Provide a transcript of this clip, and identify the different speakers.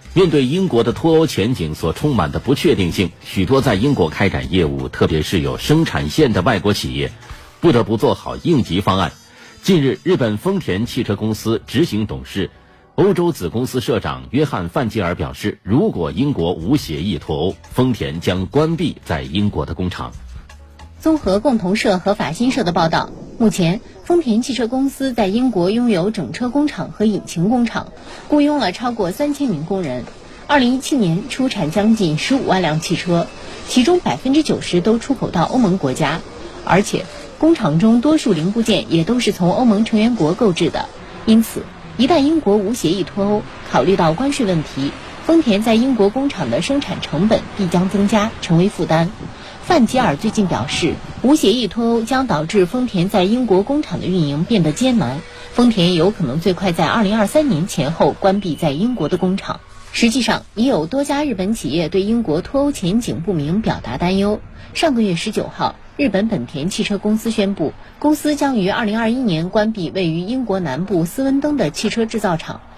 Speaker 1: 面对英国的脱欧前景所充满的不确定性，许多在英国开展业务，特别是有生产线的外国企业，不得不做好应急方案。近日，日本丰田汽车公司执行董事、欧洲子公司社长约翰·范基尔表示，如果英国无协议脱欧，丰田将关闭在英国的工厂。
Speaker 2: 综合共同社和法新社的报道，目前丰田汽车公司在英国拥有整车工厂和引擎工厂，雇佣了超过3000名工人。2017年出产将近15万辆汽车，其中90%都出口到欧盟国家，而且工厂中多数零部件也都是从欧盟成员国购置的。因此，一旦英国无协议脱欧，考虑到关税问题，丰田在英国工厂的生产成本必将增加，成为负担。范吉尔最近表示，无协议脱欧将导致丰田在英国工厂的运营变得艰难，丰田有可能最快在2023年前后关闭在英国的工厂。实际上，已有多家日本企业对英国脱欧前景不明表达担忧。上个月19号，日本本田汽车公司宣布，公司将于2021年关闭位于英国南部斯温登的汽车制造厂。